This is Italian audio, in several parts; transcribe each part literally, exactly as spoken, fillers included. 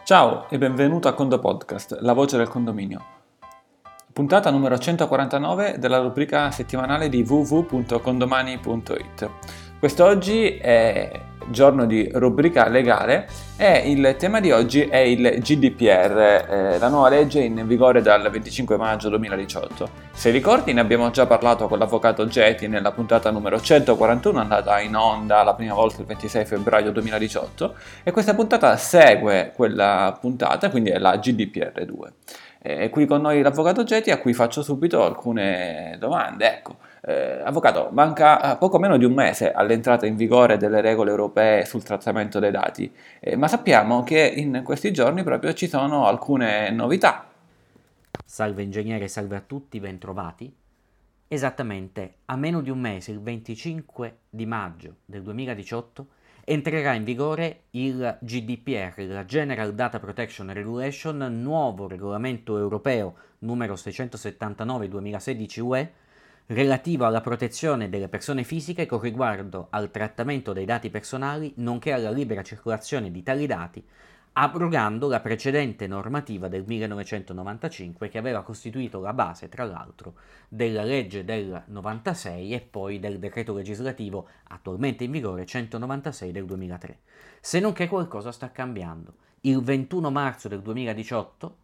Ciao e benvenuto a Condo Podcast, la voce del condominio. Puntata numero centoquarantanove della rubrica settimanale di w w w punto condomani punto i t. Quest'oggi è giorno di rubrica legale e il tema di oggi è il G D P R, eh, la nuova legge in vigore dal venticinque maggio duemiladiciotto. Se ricordi ne abbiamo già parlato con l'avvocato Geti nella puntata numero centoquarantuno, andata in onda la prima volta il ventisei febbraio duemiladiciotto, e questa puntata segue quella puntata, quindi è la G D P R due. È qui con noi l'avvocato Geti, a cui faccio subito alcune domande. Ecco, eh, avvocato, manca poco meno di un mese all'entrata in vigore delle regole europee sul trattamento dei dati, eh, ma sappiamo che in questi giorni proprio ci sono alcune novità. Salve ingegnere, salve a tutti, bentrovati. Esattamente a meno di un mese, il venticinque di maggio del duemiladiciotto, entrerà in vigore il G D P R, la General Data Protection Regulation, nuovo regolamento europeo numero seicentosettantanove duemilasedici U E, relativo alla protezione delle persone fisiche con riguardo al trattamento dei dati personali, nonché alla libera circolazione di tali dati, abrogando la precedente normativa del millenovecentonovantacinque che aveva costituito la base, tra l'altro, della legge del novantasei e poi del decreto legislativo attualmente in vigore centonovantasei del duemilatré. Se non che qualcosa sta cambiando. Il ventuno marzo del duemiladiciotto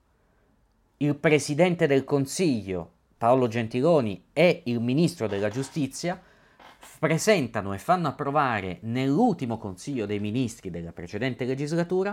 il Presidente del Consiglio, Paolo Gentiloni, e il Ministro della Giustizia presentano e fanno approvare nell'ultimo Consiglio dei Ministri della precedente legislatura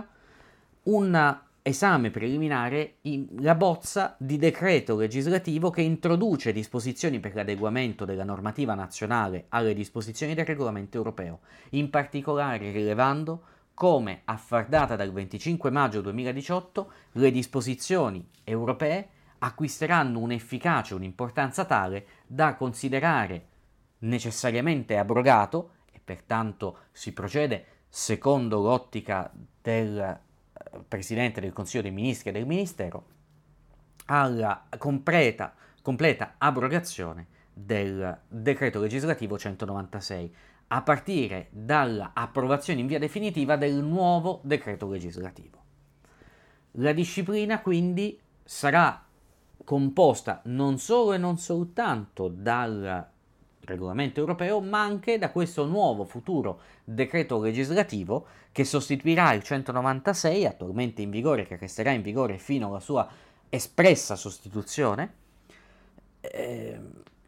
un esame preliminare in la bozza di decreto legislativo che introduce disposizioni per l'adeguamento della normativa nazionale alle disposizioni del regolamento europeo, in particolare rilevando come, a far data dal venticinque maggio duemiladiciotto, le disposizioni europee acquisteranno un'efficacia e un'importanza tale da considerare necessariamente abrogato, e pertanto si procede secondo l'ottica del Presidente del Consiglio dei Ministri e del Ministero, alla completa, completa abrogazione del decreto legislativo centonovantasei, a partire dall'approvazione in via definitiva del nuovo decreto legislativo. La disciplina quindi sarà composta non solo e non soltanto dal regolamento europeo, ma anche da questo nuovo futuro decreto legislativo che sostituirà il centonovantasei, attualmente in vigore, che resterà in vigore fino alla sua espressa sostituzione, eh,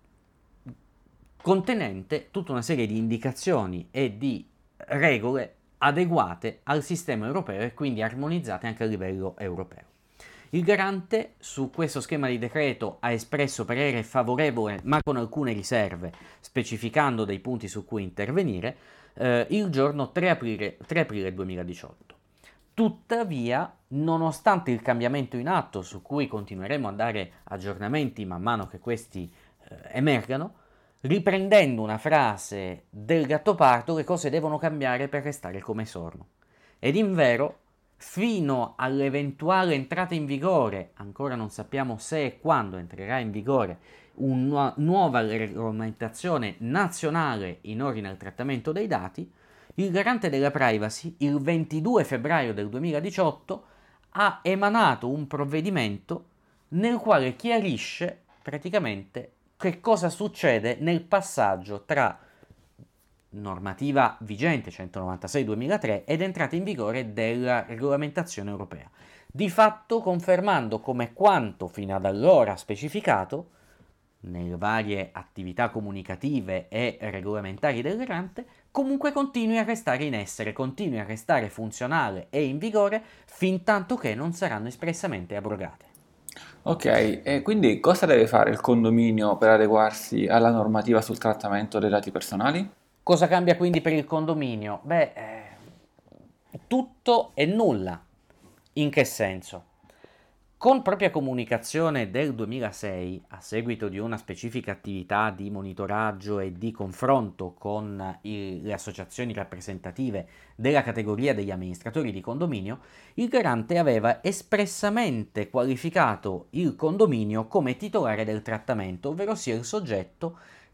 contenente tutta una serie di indicazioni e di regole adeguate al sistema europeo e quindi armonizzate anche a livello europeo. Il Garante su questo schema di decreto ha espresso parere favorevole, ma con alcune riserve, specificando dei punti su cui intervenire, eh, il giorno tre aprile, tre aprile duemiladiciotto. Tuttavia, nonostante il cambiamento in atto, su cui continueremo a dare aggiornamenti man mano che questi eh, emergano, riprendendo una frase del Gattopardo, le cose devono cambiare per restare come sono. Ed invero, fino all'eventuale entrata in vigore, ancora non sappiamo se e quando entrerà in vigore, una nuova regolamentazione nazionale in ordine al trattamento dei dati, il Garante della Privacy, il ventidue febbraio del duemiladiciotto, ha emanato un provvedimento nel quale chiarisce praticamente che cosa succede nel passaggio tra normativa vigente centonovantasei duemilatré ed entrata in vigore della regolamentazione europea, di fatto confermando come quanto fino ad allora specificato nelle varie attività comunicative e regolamentari del Garante comunque continui a restare in essere, continui a restare funzionale e in vigore fin tanto che non saranno espressamente abrogate. Ok, e quindi cosa deve fare il condominio per adeguarsi alla normativa sul trattamento dei dati personali? Cosa cambia quindi per il condominio? Beh, eh, tutto e nulla. In che senso? Con propria comunicazione del duemilasei, a seguito di una specifica attività di monitoraggio e di confronto con i, le associazioni rappresentative della categoria degli amministratori di condominio, il Garante aveva espressamente qualificato il condominio come titolare del trattamento, ovvero sia il soggetto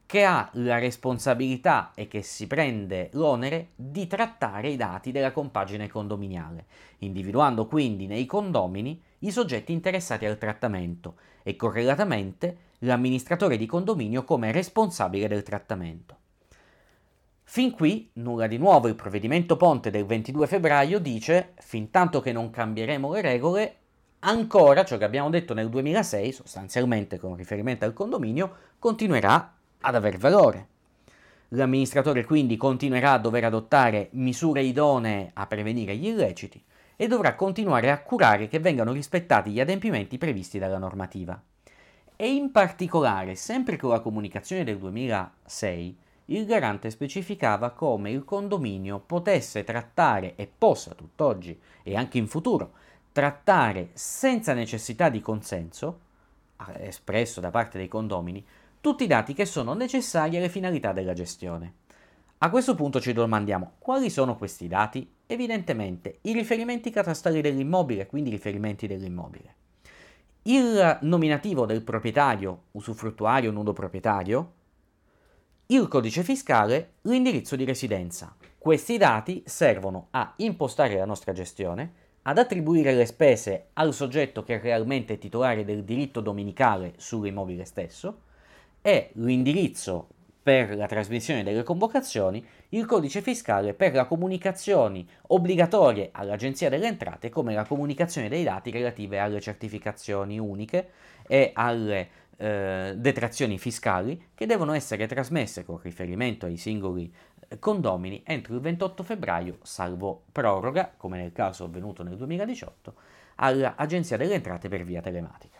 che ha la responsabilità e che si prende l'onere di trattare i dati della compagine condominiale, individuando quindi nei condomini i soggetti interessati al trattamento e correlatamente l'amministratore di condominio come responsabile del trattamento. Fin qui nulla di nuovo, il provvedimento Ponte del ventidue febbraio dice: fintanto che non cambieremo le regole, ancora ciò che abbiamo detto nel duemilasei, sostanzialmente con riferimento al condominio, continuerà ad aver valore. L'amministratore quindi continuerà a dover adottare misure idonee a prevenire gli illeciti e dovrà continuare a curare che vengano rispettati gli adempimenti previsti dalla normativa. E in particolare, sempre con la comunicazione del duemilasei, il garante specificava come il condominio potesse trattare e possa tutt'oggi e anche in futuro trattare senza necessità di consenso espresso da parte dei condomini tutti i dati che sono necessari alle finalità della gestione. A questo punto ci domandiamo quali sono questi dati? Evidentemente i riferimenti catastali dell'immobile, quindi i riferimenti dell'immobile, il nominativo del proprietario, usufruttuario, nudo proprietario, il codice fiscale, l'indirizzo di residenza. Questi dati servono a impostare la nostra gestione, ad attribuire le spese al soggetto che è realmente titolare del diritto dominicale sull'immobile stesso, e l'indirizzo per la trasmissione delle convocazioni, il codice fiscale per le comunicazioni obbligatorie all'Agenzia delle Entrate, come la comunicazione dei dati relative alle certificazioni uniche e alle eh, detrazioni fiscali che devono essere trasmesse con riferimento ai singoli condomini entro il ventotto febbraio, salvo proroga, come nel caso avvenuto nel duemiladiciotto, all'Agenzia delle Entrate per via telematica.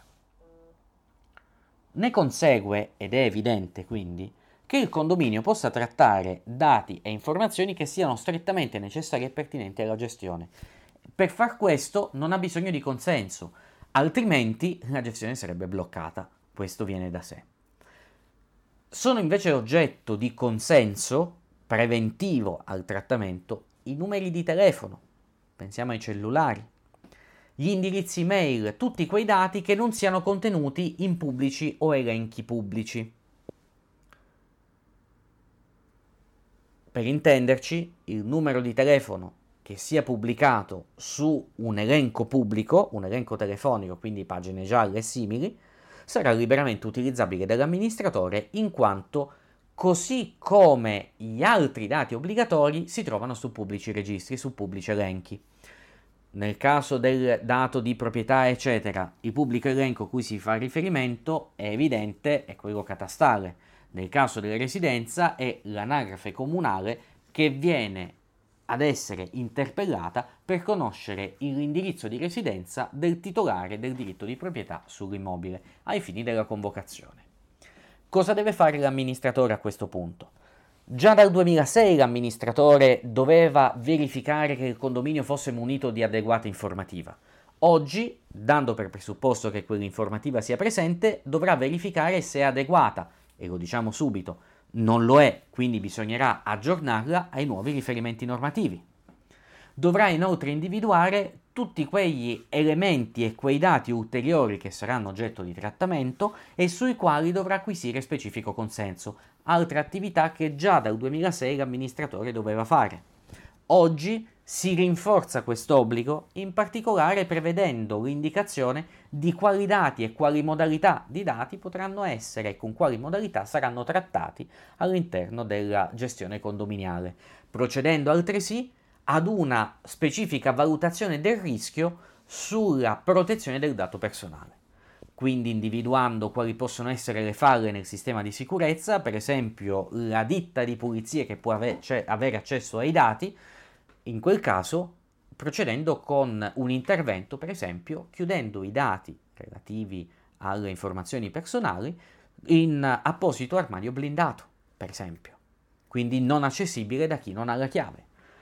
Ne consegue, ed è evidente quindi, che il condominio possa trattare dati e informazioni che siano strettamente necessari e pertinenti alla gestione. Per far questo non ha bisogno di consenso, altrimenti la gestione sarebbe bloccata. Questo viene da sé. Sono invece oggetto di consenso preventivo al trattamento i numeri di telefono, pensiamo ai cellulari, gli indirizzi mail, tutti quei dati che non siano contenuti in pubblici o elenchi pubblici. Per intenderci, il numero di telefono che sia pubblicato su un elenco pubblico, un elenco telefonico, quindi pagine gialle e simili, sarà liberamente utilizzabile dall'amministratore in quanto, così come gli altri dati obbligatori, si trovano su pubblici registri, su pubblici elenchi. Nel caso del dato di proprietà, eccetera, il pubblico elenco a cui si fa riferimento è evidente, è quello catastale. Nel caso della residenza è l'anagrafe comunale che viene ad essere interpellata per conoscere l'indirizzo di residenza del titolare del diritto di proprietà sull'immobile ai fini della convocazione. Cosa deve fare l'amministratore a questo punto? Già dal duemilasei l'amministratore doveva verificare che il condominio fosse munito di adeguata informativa. Oggi, dando per presupposto che quell'informativa sia presente, dovrà verificare se è adeguata, e lo diciamo subito, non lo è, quindi bisognerà aggiornarla ai nuovi riferimenti normativi. Dovrà inoltre individuare tutti quegli elementi e quei dati ulteriori che saranno oggetto di trattamento e sui quali dovrà acquisire specifico consenso, altra attività che già dal duemilasei l'amministratore doveva fare. Oggi si rinforza quest'obbligo, in particolare prevedendo l'indicazione di quali dati e quali modalità di dati potranno essere e con quali modalità saranno trattati all'interno della gestione condominiale, procedendo altresì ad una specifica valutazione del rischio sulla protezione del dato personale. Quindi individuando quali possono essere le falle nel sistema di sicurezza, per esempio la ditta di pulizie che può ave- cioè, avere accesso ai dati, in quel caso procedendo con un intervento, per esempio chiudendo i dati relativi alle informazioni personali in apposito armadio blindato, per esempio, quindi non accessibile da chi non ha la chiave.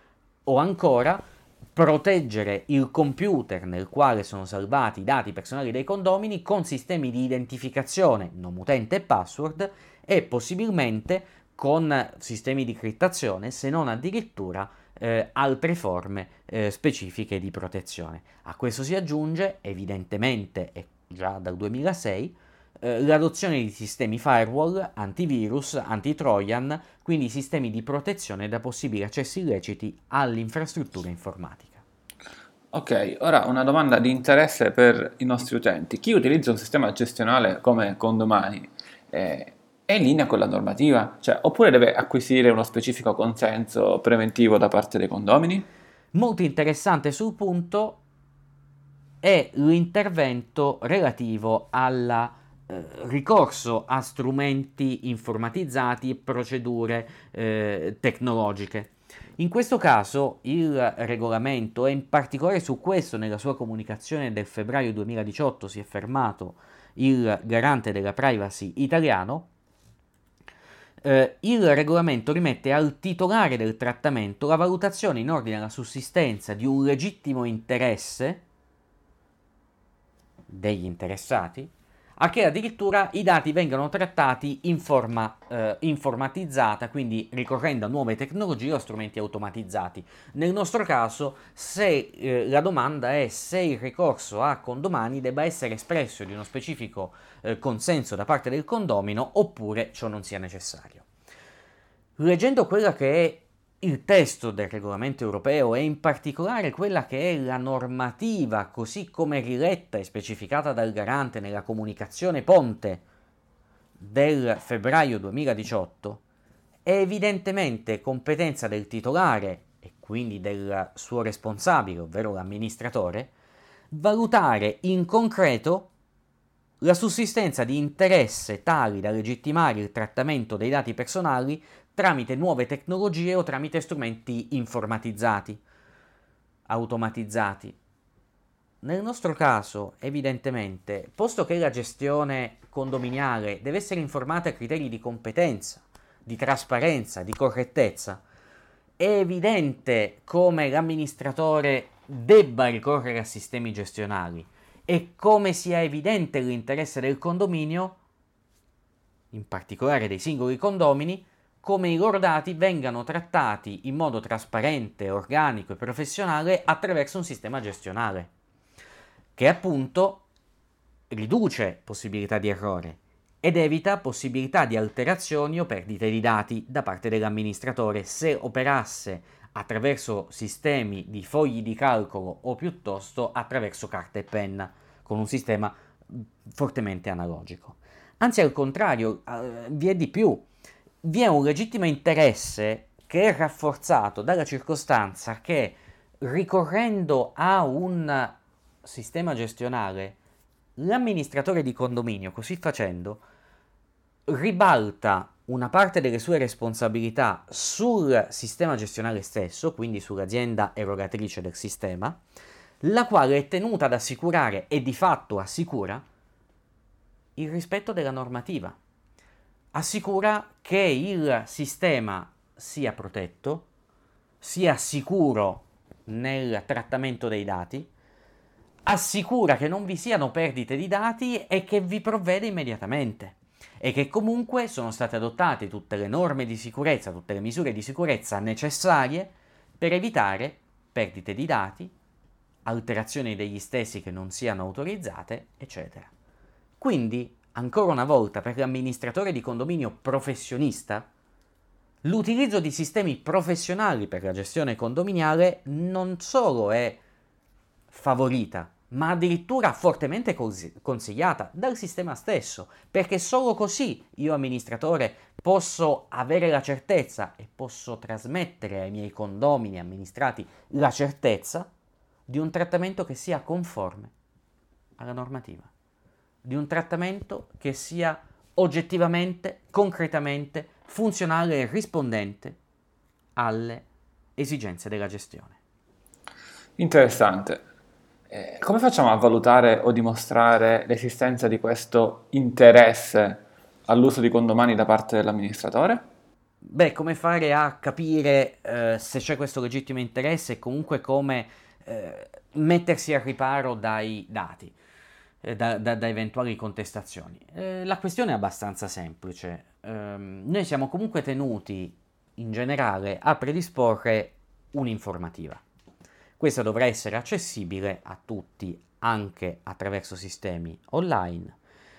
O ancora proteggere il computer nel quale sono salvati i dati personali dei condomini con sistemi di identificazione nome utente e password e possibilmente con sistemi di criptazione, se non addirittura eh, altre forme eh, specifiche di protezione. A questo si aggiunge, evidentemente e già dal duemilasei, eh, l'adozione di sistemi firewall, antivirus, anti-trojan, quindi sistemi di protezione da possibili accessi illeciti all'infrastruttura informatica. Ok, ora una domanda di interesse per i nostri utenti. Chi utilizza un sistema gestionale come Condomani eh, è in linea con la normativa? Cioè, oppure deve acquisire uno specifico consenso preventivo da parte dei condomini? Molto interessante sul punto è l'intervento relativo al eh, ricorso a strumenti informatizzati e procedure eh, tecnologiche. In questo caso il regolamento, e in particolare su questo nella sua comunicazione del febbraio duemiladiciotto si è fermato il garante della privacy italiano, eh, il regolamento rimette al titolare del trattamento la valutazione in ordine alla sussistenza di un legittimo interesse degli interessati a che addirittura i dati vengano trattati in forma eh, informatizzata, quindi ricorrendo a nuove tecnologie o strumenti automatizzati. Nel nostro caso, se eh, la domanda è se il ricorso a condomani debba essere espresso di uno specifico eh, consenso da parte del condomino oppure ciò non sia necessario. Leggendo quella che è il testo del regolamento europeo e in particolare quella che è la normativa così come riletta e specificata dal garante nella comunicazione ponte del febbraio duemiladiciotto, è evidentemente competenza del titolare e quindi del suo responsabile, ovvero l'amministratore, valutare in concreto la sussistenza di interesse tali da legittimare il trattamento dei dati personali tramite nuove tecnologie o tramite strumenti informatizzati, automatizzati. Nel nostro caso, evidentemente, posto che la gestione condominiale deve essere informata a criteri di competenza, di trasparenza, di correttezza, è evidente come l'amministratore debba ricorrere a sistemi gestionali e come sia evidente l'interesse del condominio, in particolare dei singoli condomini, come i loro dati vengano trattati in modo trasparente, organico e professionale attraverso un sistema gestionale, che appunto riduce possibilità di errore ed evita possibilità di alterazioni o perdite di dati da parte dell'amministratore se operasse attraverso sistemi di fogli di calcolo o piuttosto attraverso carta e penna, con un sistema fortemente analogico. Anzi, al contrario, vi è di più. Vi è un legittimo interesse che è rafforzato dalla circostanza che, ricorrendo a un sistema gestionale, l'amministratore di condominio, così facendo, ribalta una parte delle sue responsabilità sul sistema gestionale stesso, quindi sull'azienda erogatrice del sistema, la quale è tenuta ad assicurare e di fatto assicura il rispetto della normativa. Assicura che il sistema sia protetto, sia sicuro nel trattamento dei dati, assicura che non vi siano perdite di dati e che vi provvede immediatamente e che comunque sono state adottate tutte le norme di sicurezza, tutte le misure di sicurezza necessarie per evitare perdite di dati, alterazioni degli stessi che non siano autorizzate, eccetera. Quindi, ancora una volta, per l'amministratore di condominio professionista, l'utilizzo di sistemi professionali per la gestione condominiale non solo è favorita, ma addirittura fortemente consigliata dal sistema stesso, perché solo così io amministratore posso avere la certezza e posso trasmettere ai miei condomini amministrati la certezza di un trattamento che sia conforme alla normativa, di un trattamento che sia oggettivamente, concretamente, funzionale e rispondente alle esigenze della gestione. Interessante. Eh, come facciamo a valutare o dimostrare l'esistenza di questo interesse all'uso di condomani da parte dell'amministratore? Beh, come fare a capire eh, se c'è questo legittimo interesse e comunque come eh, mettersi al riparo dai dati, eh, da, da, da eventuali contestazioni? Eh, la questione è abbastanza semplice. Eh, noi siamo comunque tenuti in generale a predisporre un'informativa. Questa dovrà essere accessibile a tutti anche attraverso sistemi online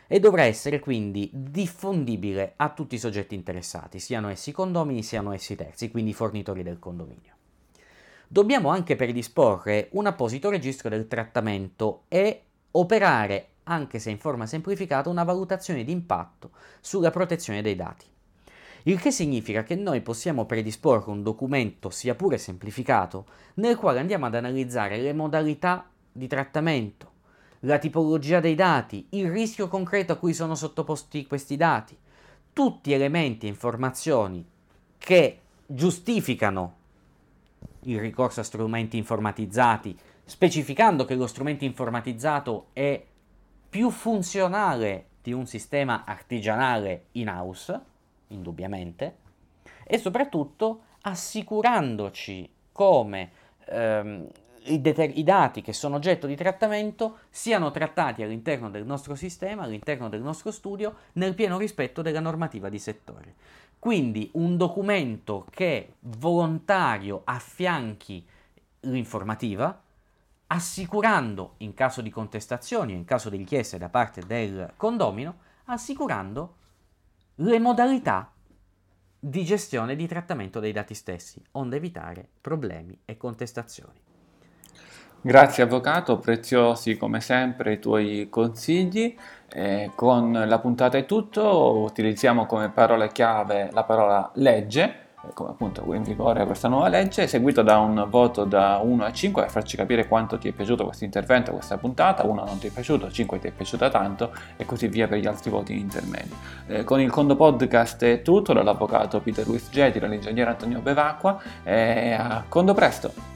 e dovrà essere quindi diffondibile a tutti i soggetti interessati, siano essi condomini, siano essi terzi, quindi fornitori del condominio. Dobbiamo anche predisporre un apposito registro del trattamento e operare, anche se in forma semplificata, una valutazione di impatto sulla protezione dei dati. Il che significa che noi possiamo predisporre un documento, sia pure semplificato, nel quale andiamo ad analizzare le modalità di trattamento, la tipologia dei dati, il rischio concreto a cui sono sottoposti questi dati, tutti elementi e informazioni che giustificano il ricorso a strumenti informatizzati, specificando che lo strumento informatizzato è più funzionale di un sistema artigianale in-house, indubbiamente, e soprattutto assicurandoci come ehm, i, deter- i dati che sono oggetto di trattamento siano trattati all'interno del nostro sistema, all'interno del nostro studio, nel pieno rispetto della normativa di settore. Quindi un documento che volontario affianchi l'informativa, assicurando, in caso di contestazioni o in caso di richieste da parte del condomino, assicurando le modalità di gestione e di trattamento dei dati stessi, onde evitare problemi e contestazioni. Grazie avvocato, preziosi come sempre i tuoi consigli. Eh, con la puntata è tutto, utilizziamo come parola chiave la parola legge, come appunto in vigore questa nuova legge, seguito da un voto da uno a cinque per farci capire quanto ti è piaciuto questo intervento, questa puntata. uno non ti è piaciuto, cinque ti è piaciuta tanto e così via per gli altri voti intermedi. Eh, con il Condo Podcast è tutto, dall'avvocato Peter Luis Geti, dall'ingegnere Antonio Bevacqua e a Condo presto!